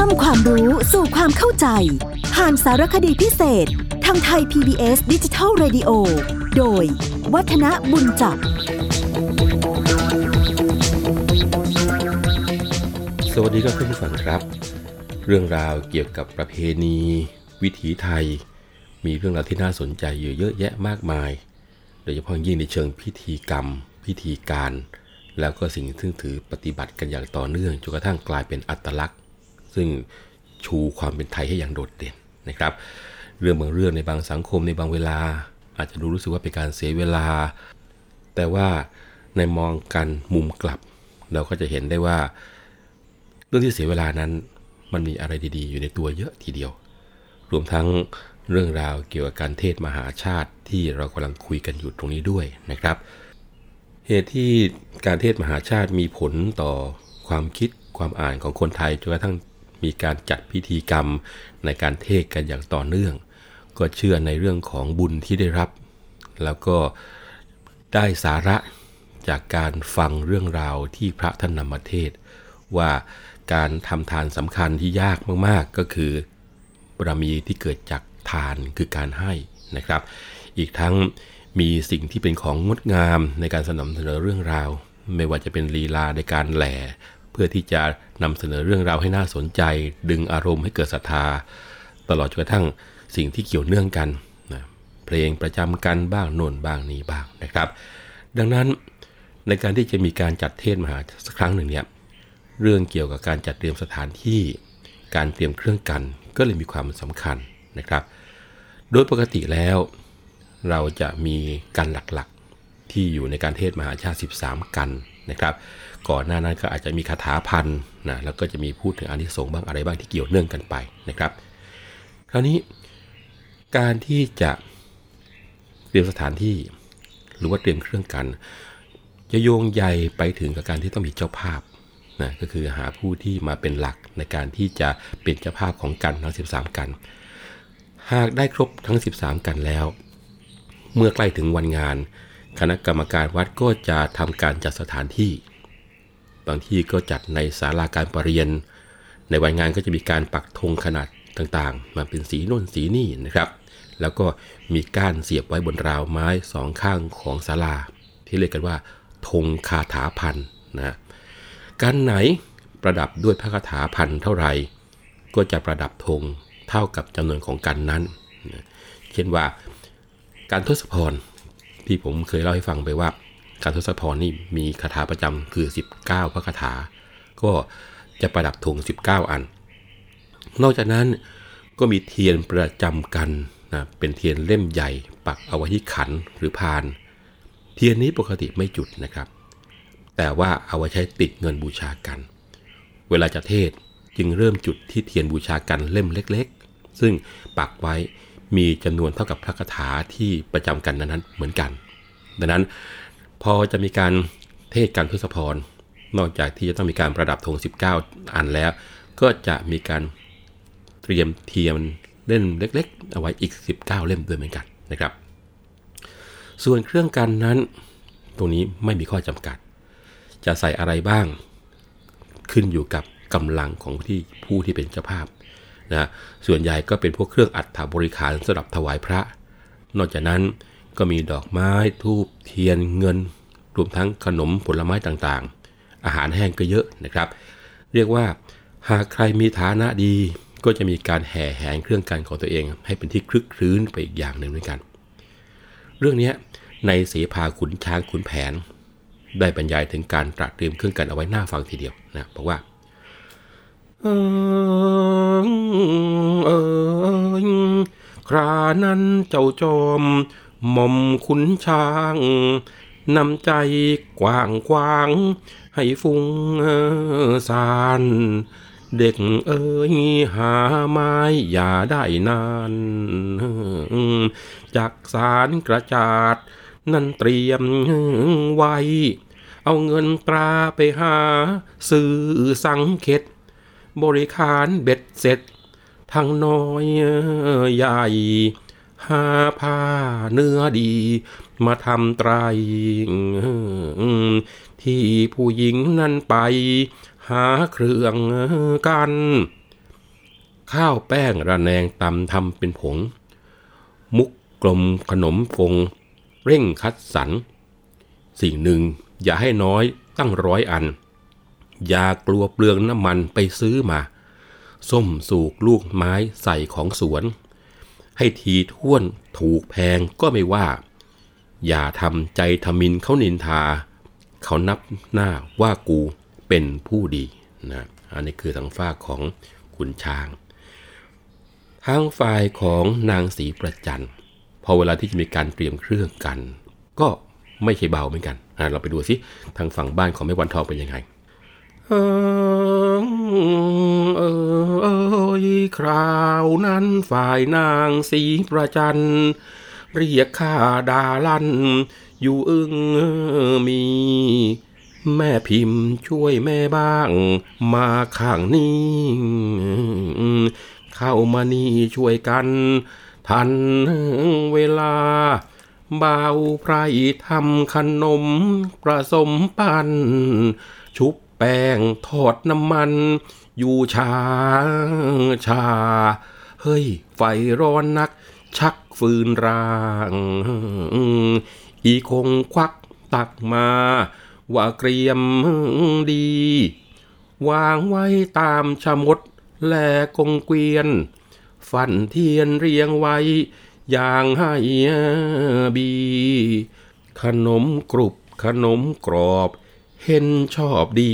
ำความรู้สู่ความเข้าใจผ่านสารคดีพิเศษทางไทย PBS Digital Radio โดยวัฒนบุญจับสวัสดีครับท่านผู้ฟังครับเรื่องราวเกี่ยวกับประเพณีวิถีไทยมีเรื่องราวที่น่าสนใจอยู่เยอะแยะมากมายโดยเฉพาะยิ่งในเชิงพิธีกรรมพิธีการแล้วก็สิ่งที่ถือปฏิบัติกันอย่างต่อเนื่องจนกระทั่งกลายเป็นอัตลักษณ์ซึ่งชูความเป็นไทยให้อย่างโดดเด่นนะครับเรื่องบางเรื่องในบางสังคมในบางเวลาอาจจะรู้สึกว่าเป็นการเสียเวลาแต่ว่าในมองกันมุมกลับเราก็จะเห็นได้ว่าเรื่องที่เสียเวลานั้นมันมีอะไรดีๆอยู่ในตัวเยอะทีเดียวรวมทั้งเรื่องราวเกี่ยวกับการเทศมหาชาติที่เรากำลังคุยกันอยู่ตรงนี้ด้วยนะครับเหตุที่การเทศมหาชาติมีผลต่อความคิดความอ่านของคนไทยจนกระทั่งมีการจัดพิธีกรรมในการเทศกันอย่างต่อเนื่องก็เชื่อในเรื่องของบุญที่ได้รับแล้วก็ได้สาระจากการฟังเรื่องราวที่พระท่านนำมาเทศว่าการทำทานสำคัญที่ยากมากๆก็คือบารมีที่เกิดจากทานคือการให้นะครับอีกทั้งมีสิ่งที่เป็นของงดงามในการนำเสนอเรื่องราวไม่ว่าจะเป็นลีลาในการแหล่เพื่อที่จะนำเสนอเรื่องราวให้น่าสนใจดึงอารมณ์ให้เกิดศรัทธาตลอดจนกระทั่งสิ่งที่เกี่ยวเนื่องกันนะเพลงประจำกันบ้างโน่นบ้างนี้บ้างนะครับดังนั้นในการที่จะมีการจัดเทศมหาสักครั้งหนึ่งเนี่ยเรื่องเกี่ยวกับการจัดเตรียมสถานที่การเตรียมเครื่องกันก็เลยมีความสำคัญนะครับโดยปกติแล้วเราจะมีกันหลักๆที่อยู่ในการเทศมหาชาติ13กันนะครับก่อนหน้านั้นก็อาจจะมีคาถาพันนะแล้วก็จะมีพูดถึงอานิสงส์บ้างอะไรบ้างที่เกี่ยวเนื่องกันไปนะครับคราวนี้การที่จะเตรียมสถานที่หรือว่าเตรียมเครื่องกันจะโยงใยไปถึงกับการที่ต้องมีเจ้าภาพนะก็คือหาผู้ที่มาเป็นหลักในการที่จะเป็นเจ้าภาพของกันทั้ง13กันหากได้ครบทั้ง13กันแล้วเมื่อใกล้ถึงวันงานคณะกรรมการวัดก็จะทำการจัดสถานที่บางที่ก็จัดในศาลาการประเรียนในวันงานก็จะมีการปักธงขนาดต่างๆมาเป็นสีโน่นสีนี่นะครับแล้วก็มีก้านเสียบไว้บนราวไม้สองข้างของศาลาที่เรียกกันว่าธงคาถาพันนะกันไหนประดับด้วยพระคาถาพันเท่าไหร่ก็จะประดับธงเท่ากับจำนวนของกันนั้นเช่นว่าการทศพรที่ผมเคยเล่าให้ฟังไปว่าการทศพรนี่มีคาถาประจำคือ19พระคาถาก็จะประดับธง19อันนอกจากนั้นก็มีเทียนประจำกันนะเป็นเทียนเล่มใหญ่ปักเอาไว้ที่ขันหรือพานเทียนนี้ปกติไม่จุดนะครับแต่ว่าเอาไว้ใช้ติดเงินบูชากันเวลาจะเทศจึงเริ่มจุดที่เทียนบูชากันเล่มเล็กๆซึ่งปักไว้มีจำนวนเท่ากับพระคาถาที่ประจำกันนั้นเหมือนกันดังนั้นพอจะมีการเทศกันทศพรนอกจากที่จะต้องมีการประดับธง19อันแล้วก็จะมีการเตรียมเทียนเล่มเล็กๆเอาไว้อีก19เล่มด้วยเหมือนกันนะครับส่วนเครื่องกันนั้นตรงนี้ไม่มีข้อจำกัดจะใส่อะไรบ้างขึ้นอยู่กับกำลังของผู้ที่เป็นเจ้าภาพนะส่วนใหญ่ก็เป็นพวกเครื่องอัฐบริขารสำหรับถวายพระนอกจากนั้นก็มีดอกไม้ธูปเทียนเงินรวมทั้งขนมผลไม้ต่างๆอาหารแห้งก็เยอะนะครับเรียกว่าหากใครมีฐานะดีก็จะมีการแห่แหนเครื่องกันของตัวเองให้เป็นที่คลึกครื้นไปอีกอย่างหนึ่งด้วยกันเรื่องนี้ในเสภาขุนช้างขุนแผนได้บรรยายถึงการตระเตรียมเครื่องกันเอาไว้น่าฟังทีเดียวนะบอกว่าครานั้นเจ้าจอมหม่อมขุนช้างนำใจกว้างขวางให้ฟุ้งสานเด็กหาไม้อย่าได้นานจักสารกระจาดนั่นเตรียมไว้เอาเงินตราไปหาซื้อสังเข็ดบริขารเบ็ดเสร็จทั้งน้อยใหญ่หาผ้าเนื้อดีมาทำไตรที่ผู้หญิงนั่นไปหาเครื่องกันข้าวแป้งระแนงตำทำเป็นผงมุกกลมขนมฟงเร่งคัดสรรสิ่งหนึ่งอย่าให้น้อยตั้ง100 อันอย่ากลัวเปลืองน้ำมันไปซื้อมาส้มสูกลูกไม้ใส่ของสวนให้ทีท่วนถูกแพงก็ไม่ว่าอย่าทำใจทมินเขานินทาเขานับหน้าว่ากูเป็นผู้ดีนะอันนี้คือทางฝ่ายของขุนช้างทางฝ่ายของนางศรีประจันพอเวลาที่จะมีการเตรียมเครื่องกันก็ไม่ใช่เบาเหมือนกันเราไปดูสิทางฝั่งบ้านของแม่วันทองเป็นยังไงคราวนั้นฝ่ายนางศรีประจันเรียกข้าดาลั่นอยู่มีแม่พิมพ์ช่วยแม่บ้างมาข้างนี้เข้ามานี่ช่วยกันทันเวลาบ่าวไพรทำขนมผสมปั้นชุบแป้งทอดน้ำมันอยู่ชาเฮ้ยไฟร้อนนักชักฟืนร่างอีคงควักตักมาว่าเกรียมดีวางไว้ตามชะมดแลกงเกวียนฟันเทียนเรียงไว้อย่างให้บีขนมกรุบขนมกรอบเห็นชอบดี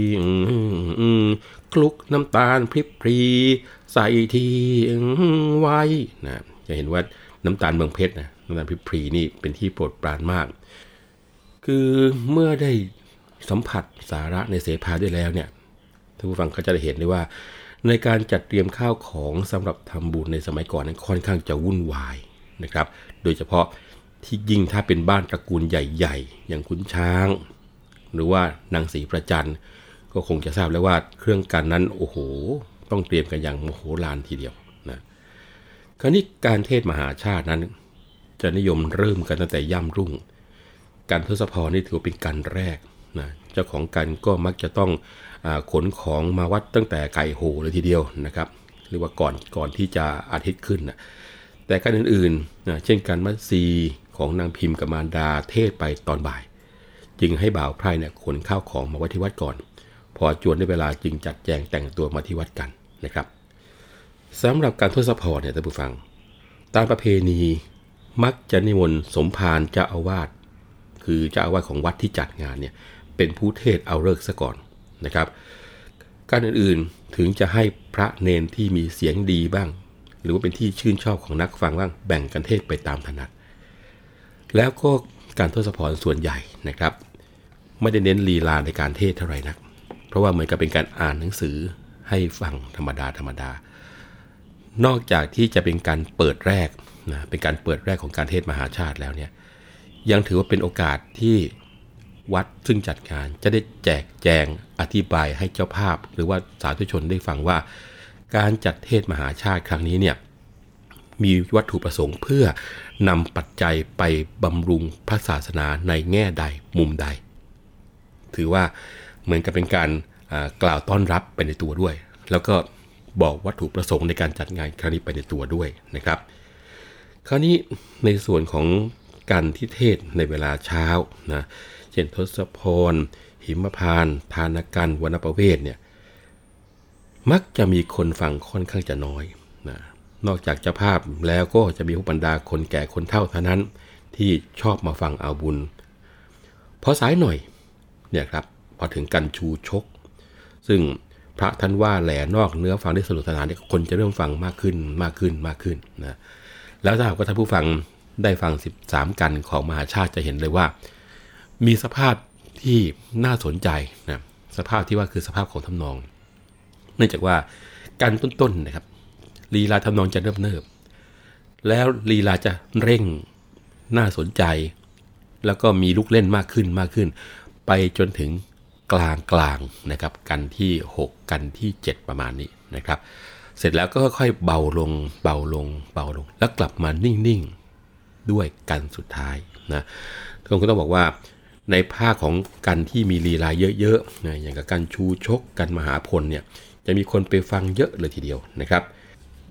คลุกน้ำตาลพริบพรีใส่ทีไว้นะจะเห็นว่าน้ำตาลเมืองเพชรนะน้ำตาลพริบพรีนี่เป็นที่โปรดปรานมากคือเมื่อได้สัมผัสสาระในเสภาด้วยแล้วเนี่ยท่านผู้ฟังก็จะได้เห็นได้ว่าในการจัดเตรียมข้าวของสำหรับทำบุญในสมัยก่อนนั้นค่อนข้างจะวุ่นวายนะครับโดยเฉพาะที่ยิ่งถ้าเป็นบ้านตระกูลใหญ่ๆอย่างขุนช้างหรือว่านางศรีประจันก็คงจะทราบแล้วว่าเครื่องกันนั้นโอ้โหต้องเตรียมกันอย่างโมโหลานทีเดียวนะคราวนี้การเทศมหาชาตินั้นจะนิยมเริ่มกันตั้งแต่ย่ำรุ่งการทศพรนี่ถือเป็นการแรกนะเจ้าของกันก็มักจะต้องขนของมาวัดตั้งแต่ไก่โหเลยทีเดียวนะครับหรือว่าก่อนที่จะอาทิตย์ขึ้นนะแต่การอื่นๆนะเช่นการมัตสีของนางพิมพ์กับมารดาเทศไปตอนบ่ายจึงให้บ่าวไพร่เนี่ยขนข้าวของมาไว้ที่วัดก่อนพอจวนได้เวลาจึงจัดแจงแต่งตัวมาที่วัดกันนะครับสำหรับการทศพรเนี่ยท่านผู้ฟังตามประเพณีมักจะนิมนต์สมภารเจ้าอาวาสคือเจ้าอาวาสของวัดที่จัดงานเนี่ยเป็นผู้เทศเอาฤกษ์ซะก่อนนะครับการอื่นๆถึงจะให้พระเนนที่มีเสียงดีบ้างหรือว่าเป็นที่ชื่นชอบของนักฟังบ้างแบ่งกันเทศไปตามถนัดแล้วก็การทศพรส่วนใหญ่นะครับไม่ได้เน้นลีลาในการเทศเท่าไหร่นักเพราะว่าเหมือนกับเป็นการอ่านหนังสือให้ฟังธรรมดานอกจากที่จะเป็นการเปิดแรกนะเป็นการเปิดแรกของการเทศมหาชาติแล้วเนี่ยยังถือว่าเป็นโอกาสที่วัดซึ่งจัดงานจะได้แจกแจงอธิบายให้เจ้าภาพหรือว่าสาธุชนได้ฟังว่าการจัดเทศมหาชาติครั้งนี้เนี่ยมีวัตถุประสงค์เพื่อนำปัจจัยไปบำรุงพระศาสนาในแง่ใดมุมใดถือว่าเหมือนกับเป็นการกล่าวต้อนรับไปในตัวด้วยแล้วก็บอกวัตถุประสงค์ในการจัดงานครั้งนี้ไปในตัวด้วยนะครับคราวนี้ในส่วนของการที่เทศในเวลาเช้านะเช่นทศพรหิมพานต์ทานกันวรรณประเวศเนี่ยมักจะมีคนฟังค่อนข้างจะน้อยนะนอกจากเจ้าภาพแล้วก็จะมีบรรดาคนแก่คนเฒ่าเท่านั้นที่ชอบมาฟังเอาบุญพอสายหน่อยเนี่ยครับพอถึงกันชูชกซึ่งพระท่านว่าแหล่นอกเนื้อฟังได้สนุกสนานเนี่ยคนจะเริ่มฟังมากขึ้นนะแล้วถ้าหากว่าท่านผู้ฟังได้ฟัง13กันของมหาชาติจะเห็นเลยว่ามีสภาพที่น่าสนใจนะสภาพที่ว่าคือสภาพของทำนองเนื่องจากว่าการต้นๆนะครับลีลาทำนองจะเนิบๆแล้วลีลาจะเร่งน่าสนใจแล้วก็มีลูกเล่นมากขึ้นไปจนถึงกลางนะครับกันที่6กันที่7ประมาณนี้นะครับเสร็จแล้วก็ค่อยๆเบาลงแล้วกลับมานิ่งๆด้วยกันสุดท้ายนะก็ต้องบอกว่าในภาคของกันที่มีลีลาเยอะๆนะอย่างกับกันชูชกกันมหาพลเนี่ยจะมีคนไปฟังเยอะเลยทีเดียวนะครับ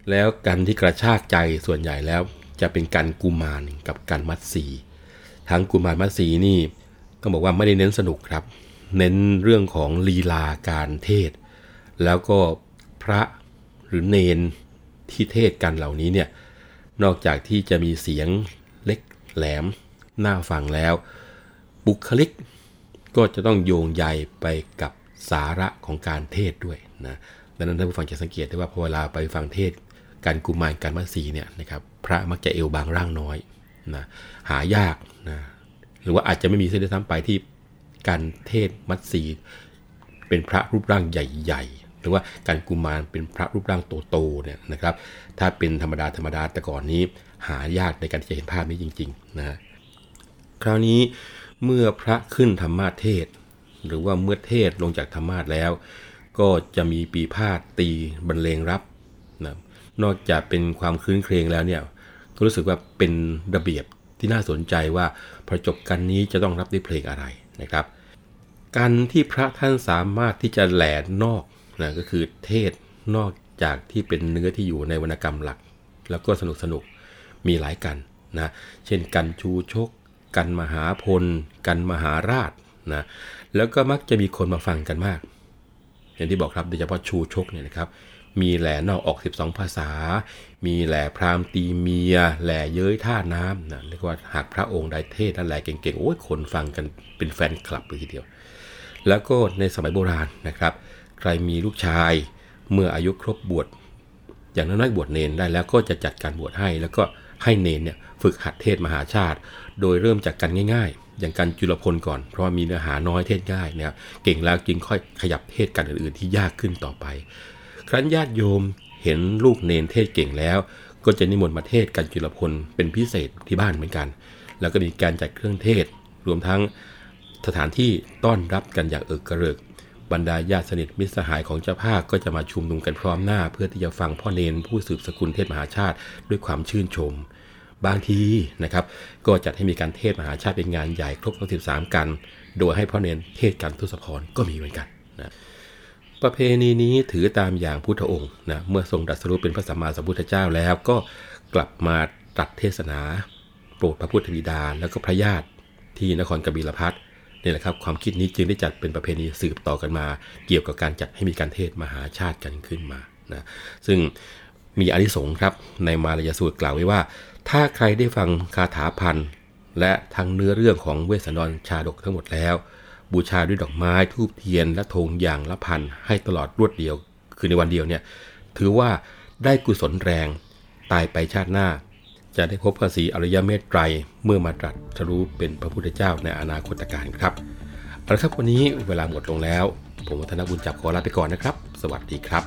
แล้วกันที่กระชากใจส่วนใหญ่แล้วจะเป็นกันกุมารกับกันมัตสีทั้งกุมารมัตสีนี่ก็บอกว่าไม่ได้เน้นสนุกครับเน้นเรื่องของลีลาการเทศแล้วก็พระหรือเนนที่เทศกันเหล่านี้เนี่ยนอกจากที่จะมีเสียงเล็กแหลมน่าฟังแล้วบุคลิกก็จะต้องโยงใยไปกับสาระของการเทศด้วยนะดังนั้นท่านผู้ฟังจะสังเกตได้ว่าพอเวลาไปฟังเทศการกุมารการมัตสีเนี่ยนะครับพระมักจะเอวบางร่างน้อยนะหายากนะหรือว่าอาจจะไม่มีเส้นด้วยซ้ำไปที่การเทศมัตสีเป็นพระรูปร่างใหญ่ๆหรือว่าการกุมารเป็นพระรูปร่างโตๆเนี่ยนะครับถ้าเป็นธรรมดาแต่ก่อนนี้หายากในการที่จะเห็นภาพนี้จริงๆนะคราวนี้เมื่อพระขึ้นธรรมาสเทศหรือว่าเมื่อเทศลงจากธรรมาสแล้วก็จะมีปีพาทย์ตีบรรเลงรับนะนอกจากเป็นความคลื้นเครงแล้วเนี่ยก็รู้สึกว่าเป็นระเบียบที่น่าสนใจว่าพอจบกันนี้จะต้องรับด้วยเพลงอะไรนะครับการที่พระท่านสามารถที่จะแหล่นอกนะก็คือเทศนอกจากที่เป็นเนื้อที่อยู่ในวรรณกรรมหลักแล้วก็สนุกมีหลายกันนะเช่นกันชูชกกันมหาพลกันมหาราชนะแล้วก็มักจะมีคนมาฟังกันมากอย่างที่บอกครับโดยเฉพาะชูชกเนี่ยนะครับมีแหล่นอกออก12ภาษามีแหล่พราหมณ์ตีเมียแหล่เย้ยท่าน้ำนะเรียกว่าหากพระองค์ใดเทศนั่นแหละเก่งๆโอ้ยคนฟังกันเป็นแฟนคลับเลยทีเดียวแล้วก็ในสมัยโบราณนะครับใครมีลูกชายเมื่ออายุครบบวชอย่างน้อยๆบวชเนนได้แล้วก็จะจัดการบวชให้แล้วก็ให้เนนเนี่ยฝึกหัดเทศมหาชาติโดยเริ่มจากกันง่ายๆอย่างกันจุลพลก่อนเพราะว่ามีเนื้อหาน้อยเทศง่ายนะครับเก่งแล้วจึงค่อยขยับเทศกันอื่นๆที่ยากขึ้นต่อไปครั้นญาติโยมเห็นลูกเนนเทศเก่งแล้วก็จะนิมนต์มาเทศกันจุลพลเป็นพิเศษที่บ้านเหมือนกันแล้วก็มีการจัดเครื่องเทศรวมทั้งสถานที่ต้อนรับกันอย่างเอิกกระเริกบรรดาญาติสนิทมิตรสหายของเจ้าภาพก็จะมาชุมนุมกันพร้อมหน้าเพื่อที่จะฟังพ่อเนนผู้สืบสกุลเทศมหาชาติด้วยความชื่นชมบางทีนะครับก็จัดให้มีการเทศมหาชาติเป็นงานใหญ่ครบทั้ง13กันโดยให้พ่อเนนเทศกันทศพรก็มีเหมือนกันนะประเพณีนี้ถือตามอย่างพุทธองค์นะเมื่อทรงตรัสรู้เป็นพระสัมมาสัมพุทธเจ้าแล้วก็กลับมาตรัสเทศนาโปรดพระพุทธบิดาแล้วก็พระญาติที่นครกบิลพัสดุนี่แหละครับความคิดนี้จึงได้จัดเป็นประเพณีสืบต่อกันมาเกี่ยวกับการจัดให้มีการเทศมหาชาติกันขึ้นมานะซึ่งมีอานิสงส์ครับในมาลายสูตรกล่าวไว้ว่าถ้าใครได้ฟังคาถาพันและทั้งเนื้อเรื่องของเวสสันดรชาดกทั้งหมดแล้วบูชาด้วยดอกไม้ธูปเทียนและธงอย่างละพันให้ตลอดรวดเดียวคือในวันเดียวเนี่ยถือว่าได้กุศลแรงตายไปชาติหน้าจะได้พบพระศรีอริยเมตไตรเมื่อมาตรัสรู้เป็นพระพุทธเจ้าในอนาคตการครับเอาละครับวันนี้เวลาหมดลงแล้วผมวัฒนบุญจับขอลาไปก่อนนะครับสวัสดีครับ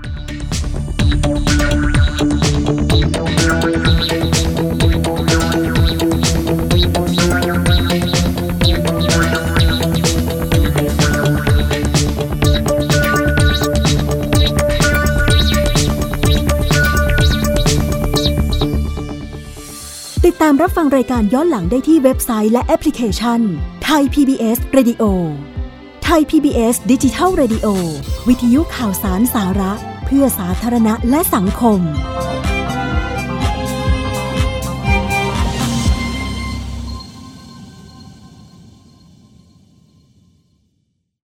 ติดตามรับฟังรายการย้อนหลังได้ที่เว็บไซต์และแอปพลิเคชัน Thai PBS Radio Thai PBS Digital Radio วิทยุข่าวสารสาระเพื่อสาธารณะและสังคม